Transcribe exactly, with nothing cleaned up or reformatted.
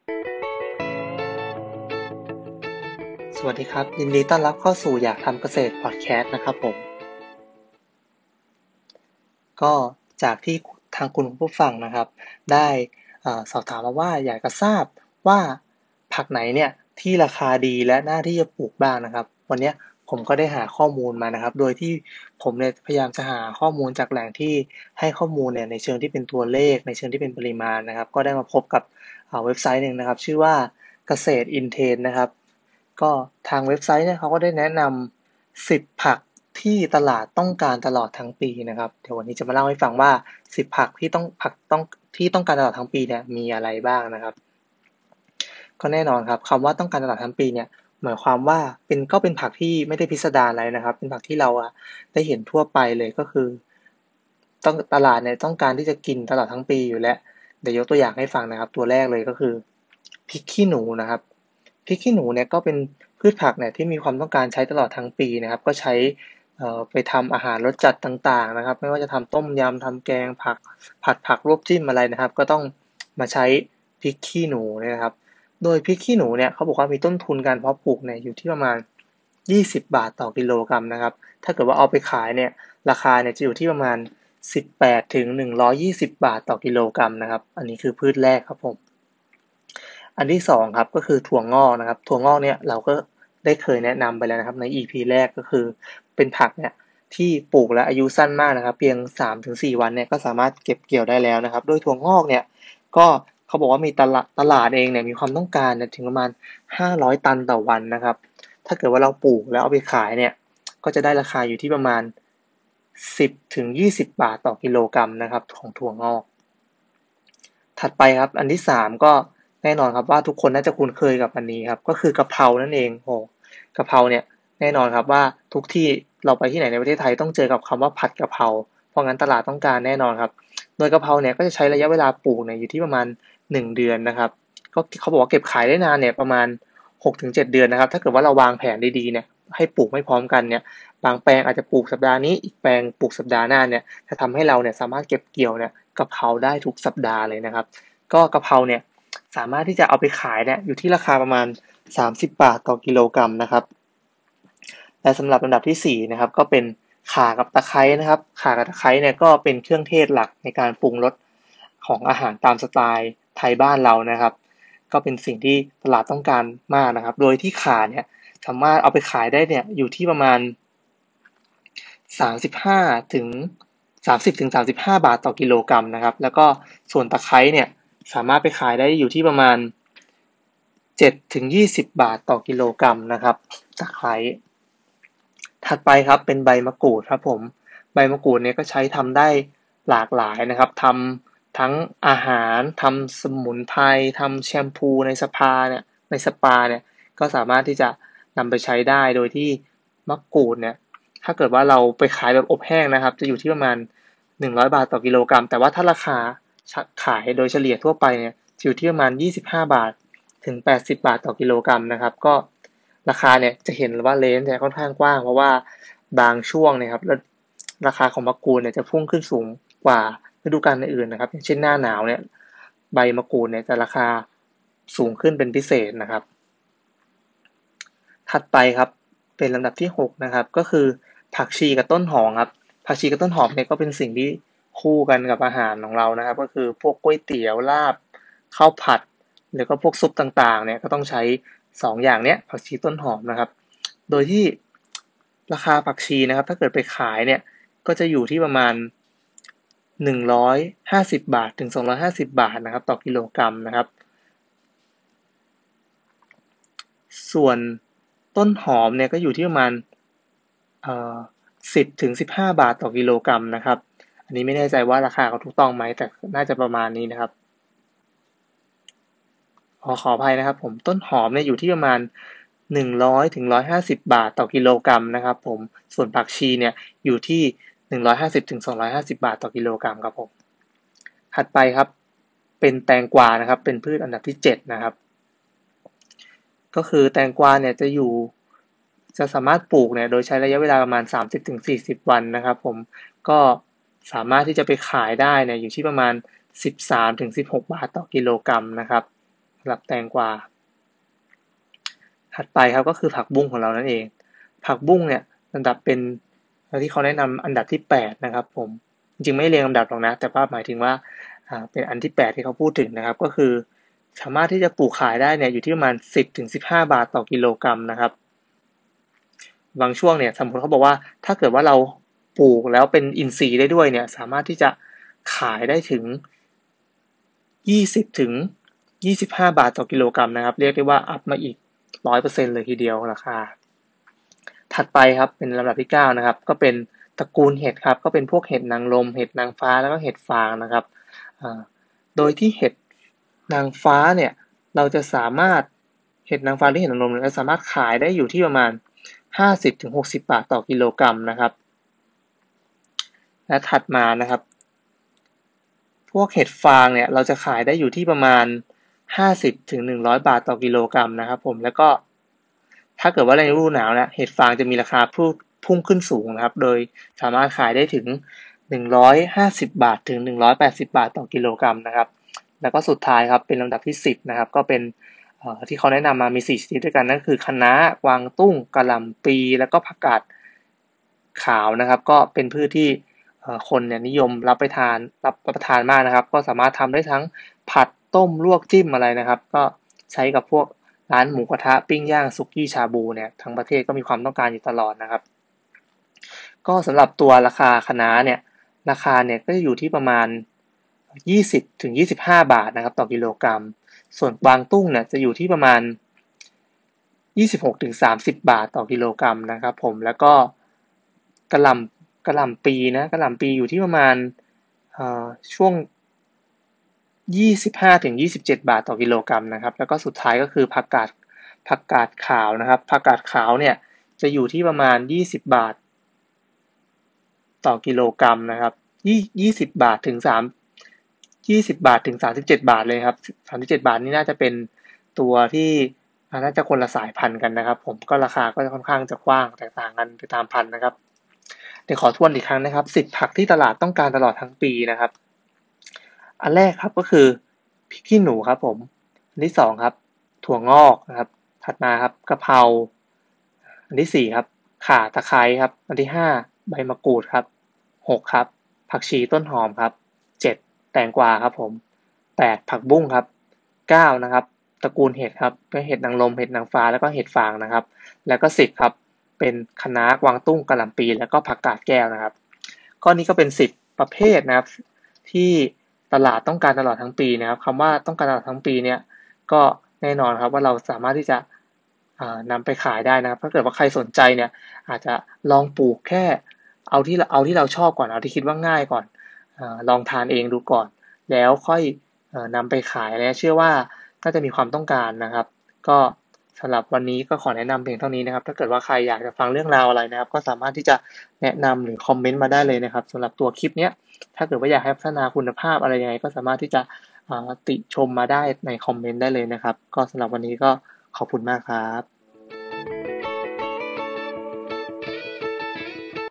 สวัสดีครับยินดีต้อนรับเข้าสู่อยากทำเกษตรพอดแคสต์นะครับผมก็จากที่ทางคุณผู้ฟังนะครับได้สอบถามมาว่าอยากจะทราบว่าผักไหนเนี่ยที่ราคาดีและน่าที่จะปลูกบ้างนะครับวันนี้ผมก็ได้หาข้อมูลมานะครับโดยที่ผมเนี่ยพยายามจะหาข้อมูลจากแหล่งที่ให้ข้อมูลเนี่ยในเชิงที่เป็นตัวเลขในเชิงที่เป็นปริมาณนะครับก็ได้มาพบกับเว็บไซต์หนึ่งนะครับชื่อว่าเกษตรอินเทรนด์นะครับก็ทางเว็บไซต์เนี่ยเขาก็ได้แนะนำสิบผักที่ตลาดต้องการตลอดทั้งปีนะครับเดี๋ยววันนี้จะมาเล่าให้ฟังว่าสิบผักที่ต้องผักต้องที่ต้องการตลอดทั้งปีเนี่ยมีอะไรบ้างนะครับก็แน่นอนครับคำว่าต้องการตลาดทั้งปีเนี่ยหมายความว่าเป็นก็เป็นผักที่ไม่ได้พิสดารอะไรนะครับเป็นผักที่เราอะได้เห็นทั่วไปเลยก็คือต้องตลาดเนี่ยต้องการที่จะกินตลอดทั้งปีอยู่แล้วเดี๋ยวยกตัวอย่างให้ฟังนะครับตัวแรกเลยก็คือพริกขี้หนูนะครับพริกขี้หนูเนี่ยก็เป็นพืชผักเนี่ยที่มีความต้องการใช้ตลอดทั้งปีนะครับก็ใช้เอ่อไปทำอาหารรสจัดต่างๆนะครับไม่ว่าจะทำต้มยำทำแกงผักผัดผักลวกจิ้มอะไรนะครับก็ต้องมาใช้พริกขี้หนูเนี่ยนะครับ โดยพริกขี้หนูเนี่ยเขาบอกว่ามีต้นทุนการเพาะปลูกเนี่ยอยู่ที่ประมาณยี่สิบบาทต่อกิโลกรัมนะครับถ้าเกิดว่าเอาไปขายเนี่ยราคาเนี่ยจะอยู่ที่ประมาณสิบแปดถึงหนึ่งร้อยยี่สิบบาทต่อกิโลกรัมนะครับอันนี้คือพืชแรกครับผมอันที่สองครับก็คือถั่วงอกนะครับถั่วงอกเนี่ยเราก็ได้เคยแนะนำไปแล้วนะครับใน อี พี แรกก็คือเป็นผักเนี่ยที่ปลูกและอายุสั้นมากนะครับเพียงสามถึงสี่วันเนี่ยก็สามารถเก็บเกี่ยวได้แล้วนะครับโดยถั่วงอกเนี่ย ก็เขาบอกว่ามีตลาดตลาดเองเนี่ยมีความต้องการเนี่ยถึงประมาณห้าร้อยตันต่อวันนะครับถ้าเกิดว่าเราปลูกแล้วเอาไปขายเนี่ยก็จะได้ราคาอยู่ที่ประมาณสิบถึงยี่สิบบาทต่อกิโลกรัมนะครับของถั่วงอกถัดไปครับอันที่สามก็แน่นอนครับว่าทุกคนน่าจะคุ้นเคยกับอันนี้ครับก็คือกะเพรานั่นเองโอ้กะเพราเนี่ยแน่นอนครับว่าทุกที่เราไปที่ไหนในประเทศไทยต้องเจอกับคำว่าผัดกะเพราเพราะงั้นตลาดต้องการแน่นอนครับ โดยกะเพราเนี่ยก็จะใช้ระยะเวลาปลูกเนี่ยอยู่ที่ประมาณหนึ่งเดือนนะครับก็เขาบอกว่าเก็บขายได้นานเนี่ยประมาณหกถึงเจ็ดเดือนนะครับถ้าเกิดว่าเราวางแผนดีๆเนี่ยให้ปลูกไม่พร้อมกันเนี่ยบางแปลงอาจจะปลูกสัปดาห์นี้อีกแปลงปลูกสัปดาห์หน้าเนี่ยจะทำให้เราเนี่ยสามารถเก็บเกี่ยวเนี่ยกะเพราได้ทุกสัปดาห์เลยนะครับก็กะเพราเนี่ยสามารถที่จะเอาไปขายเนี่ยอยู่ที่ราคาประมาณสามสิบบบาทต่อกิโลกรัมนะครับ และสำหรับลำดับที่สี่นะครับก็เป็นข่ากับตะไคร้นะครับข่ากับตะไคร้เนี่ยก็เป็นเครื่องเทศหลักในการปรุงรสของอาหารตามสไตล์ไทยบ้านเรานะครับก็เป็นสิ่งที่ตลาดต้องการมากนะครับโดยที่ข่าเนี่ยสามารถเอาไปขายได้เนี่ยอยู่ที่ประมาณสามสิบห้าถึงสามสิบถึงสามสิบห้าบาทต่อกิโลกรัมนะครับแล้วก็ส่วนตะไคร้เนี่ยสามารถไปขายได้อยู่ที่ประมาณเจ็ดถึงยี่สิบบาทต่อกิโลกรัมนะครับตะไคร้ ถัดไปครับเป็นใบมะกรูดครับผมใบมะกรูดเนี่ยก็ใช้ทำได้หลากหลายนะครับทำทั้งอาหารทำสมุนไพรทำแชมพูในสปาเนี่ยในสปาเนี่ยก็สามารถที่จะนำไปใช้ได้โดยที่มะกรูดเนี่ยถ้าเกิดว่าเราไปขายแบบอบแห้งนะครับจะอยู่ที่ประมาณหนึ่งร้อยบาทต่อกิโลกรัมแต่ว่าถ้าราคาขายโดยเฉลี่ยทั่วไปเนี่ยจะอยู่ที่ประมาณยี่สิบห้าบาทถึงแปดสิบบาทต่อกิโลกรัมนะครับก็ ราคาเนี่ยจะเห็นว่าเลนจ์เนี่ยค่อนข้างกว้างเพราะว่าบางช่วงเนี่ยครับแล้วราคาของมะกรูดเนี่ยจะพุ่งขึ้นสูงกว่าฤดูกาลอื่นๆนะครับอย่างเช่นหน้าหนาวเนี่ยใบมะกรูดเนี่ยจะราคาสูงขึ้นเป็นพิเศษนะครับถัดไปครับเป็นลำดับที่หกนะครับก็คือผักชีกับต้นหอมครับผักชีกับต้นหอมเนี่ยก็เป็นสิ่งที่คู่กันกับอาหารของเรานะครับก็คือพวกก๋วยเตี๋ยวลาบข้าวผัดหรือก็พวกซุปต่างๆเนี่ยก็ต้องใช้สองอย่างเนี้ยผักชีต้นหอมนะครับ โดยที่ราคาผักชีนะครับถ้าเกิดไปขายเนี่ยก็จะอยู่ที่ประมาณหนึ่งร้อยห้าสิบบาทถึงสองร้อยห้าสิบบาทนะครับต่อกิโลกรัมนะครับส่วนต้นหอมเนี่ยก็อยู่ที่ประมาณเอ่อสิบถึงสิบห้าบาทต่อกิโลกรัมนะครับอันนี้ไม่แน่ใจว่าราคาเขาถูกต้องไหมแต่น่าจะประมาณนี้นะครับขอขออภัยนะครับผมต้นหอมเนี่ยอยู่ที่ประมาณหนึ่งร้อยถึงร้อยห้าสิบบาทต่อกิโลกรัมนะครับผมส่วนผักชีเนี่ยอยู่ที่หนึ่งร้อยห้าสิบถึงสองร้อยห้าสิบบาทต่อกิโลกรัมครับผม ถัดไปครับเป็นแตงกวานะครับเป็นพืชอันดับที่เจ็ดนะครับก็คือแตงกวาเนี่ยจะอยู่จะสามารถปลูกเนี่ยโดยใช้ระยะเวลาประมาณสามสิบถึงสี่สิบวันนะครับผมก็สามารถที่จะไปขายได้เนี่ยอยู่ที่ประมาณสิบสามถึงสิบหกบาทต่อกิโลกรัมนะครับสำหรับแตงกวาถัดไปครับก็คือผักบุ้งของเรานั่นเองผักบุ้งเนี่ยอันดับเป็นที่เขาแนะนำอันดับที่แปดนะครับผมจริงๆไม่เรียงลำดับหรอกนะแต่ว่าหมายถึงว่าอ่าเป็นอันที่แปดที่เขาพูดถึงนะครับก็คือสามารถที่จะปลูกขายได้เนี่ยอยู่ที่ประมาณสิบถึงสิบห้าบาทต่อกิโลกรัมนะครับบางช่วงเนี่ยสมมติเขาบอกว่าถ้าเกิดว่าเราปลูกแล้วเป็นอินทรีย์ได้ด้วยเนี่ยสามารถที่จะขายได้ถึงยี่สิบถึงยี่สิบห้าบาทต่อกิโลกรัมนะครับเรียกได้ว่าอัพมาอีกร้อยเปอร์เซ็นต์เลยทีเดียวราคา ถัดไปครับเป็นลำดับที่เก้านะครับก็เป็นตระกูลเห็ดครับก็เป็นพวกเห็ดนางรมเห็ดนางฟ้าแล้วก็เห็ดฟางนะครับโดยที่เห็ดนางฟ้าเนี่ยเราจะสามารถเห็ดนางฟ้าหรือเห็ดนางรมเราสามารถขายได้อยู่ที่ประมาณห้าสิบถึงหกสิบบาทต่อกิโลกรัมนะครับและถัดมานะครับพวกเห็ดฟางเนี่ยเราจะขายได้อยู่ที่ประมาณห้าสิบถึงหนึ่งร้อยบาทต่อกิโลกรัมนะครับผมแล้วก็ ถ้าเกิดว่าในฤดูหนาวเนี่ยเห็ดฟางจะมีราคาพุ่งขึ้นสูงนะครับโดยสามารถขายได้ถึงหนึ่งร้อยห้าสิบบาทถึงหนึ่งร้อยแปดสิบบาทต่อกิโลกรัมนะครับแล้วก็สุดท้ายครับเป็นลำดับที่สิบนะครับก็เป็นที่เขาแนะนำมามีสี่ชนิดด้วยกันนั่นคือคะน้ากวางตุ้งกะหล่ำปีแล้วก็ผักกาดขาวนะครับก็เป็นพืชที่คนเนี่ยนิยมรับไปทานรับประทานมากนะครับก็สามารถทำได้ทั้งผัดต้มลวกจิ้มอะไรนะครับก็ใช้กับพวกร้านหมูกระทะปิ้งย่างซุกี้ชาบูเนี่ยทั้งประเทศก็มีความต้องการอยู่ตลอดนะครับก็สำหรับตัวราคาคะน้าเนี่ยราคาเนี่ยก็จะอยู่ที่ประมาณยี่สิบถึงยี่สิบห้าบาทนะครับต่อกิโลกรัมส่วนกวางตุ้งเนี่ยจะอยู่ที่ประมาณยี่สิบหกถึงสามสิบบาทต่อกิโลกรัมนะครับผมแล้วก็กะหล่ำกะหล่ำปีนะกะหล่ำปีอยู่ที่ประมาณช่วงยี่สิบห้าถึงยี่สิบเจ็ดบาทต่อกิโลกรัมนะครับแล้วก็สุดท้ายก็คือผักกาดผักกาดขาวนะครับผักกาดขาวเนี่ยจะอยู่ที่ประมาณยี่สิบบาทต่อกิโลกรัมนะครับยี่ยี่สิบบาทถึงสามยี่สิบบาทถึงสามสิบเจ็ดบาทเลยครับสามสิบเจ็ดบาทนี่น่าจะเป็นตัวที่น่าจะคนละสายพันธุ์กันนะครับผมก็ราคาก็จะค่อนข้างจะกว้างแตกต่างกันไปตามพันธุ์นะครับเดี๋ยวขอทวนอีกครั้งนะครับสิบผักที่ตลาดต้องการตลอดทั้งปีนะครับอันแรกครับก็คือพริกขี้หนูครับผมอันที่สองครับถั่วงอกนะครับถัดมาครับกะเพราอันที่สี่ครับข่าตะไคร้ครับอันที่ห้าใบมะกรูดครับหกครับผักชีต้นหอมครับเจ็ดแตงกวาครับผมแปดผักบุ้งครับเก้านะครับตระกูลเห็ดครับก็เห็ดนางรมเห็ดนางฟ้าแล้วก็เห็ดฟางนะครับแล้วก็สิบครับเป็นคะน้ากวางตุ้งกะหล่ำปีแล้วก็ผักกาดแก้วนะครับข้อนี้ก็เป็นสิบประเภทนะครับที่ตลาดต้องการตลอดทั้งปีนะครับคำว่าต้องการตลอดทั้งปีเนี่ยก็แน่นอนครับว่าเราสามารถที่จะนำไปขายได้นะครับถ้าเกิดว่าใครสนใจเนี่ยอาจจะลองปลูกแค่เอาที่เอาที่เราชอบก่อนเอาที่คิดว่าง่ายก่อนลองทานเองดูก่อนแล้วค่อยนำไปขายและเชื่อว่าน่าจะมีความต้องการนะครับก็สำหรับวันนี้ก็ขอแนะนำเพียงเท่านี้นะครับถ้าเกิดว่าใครอยากจะฟังเรื่องราวอะไรนะครับก็สามารถที่จะแนะนำหรือคอมเมนต์มาได้เลยนะครับสำหรับตัวคลิปเนี้ยถ้าเกิดว่าอยากให้พัฒนาคุณภาพอะไรยังไงก็สามารถที่จะติชมมาได้ในคอมเมนต์ได้เลยนะครับก็สำหรับวันนี้ก็ขอบคุณมากครับ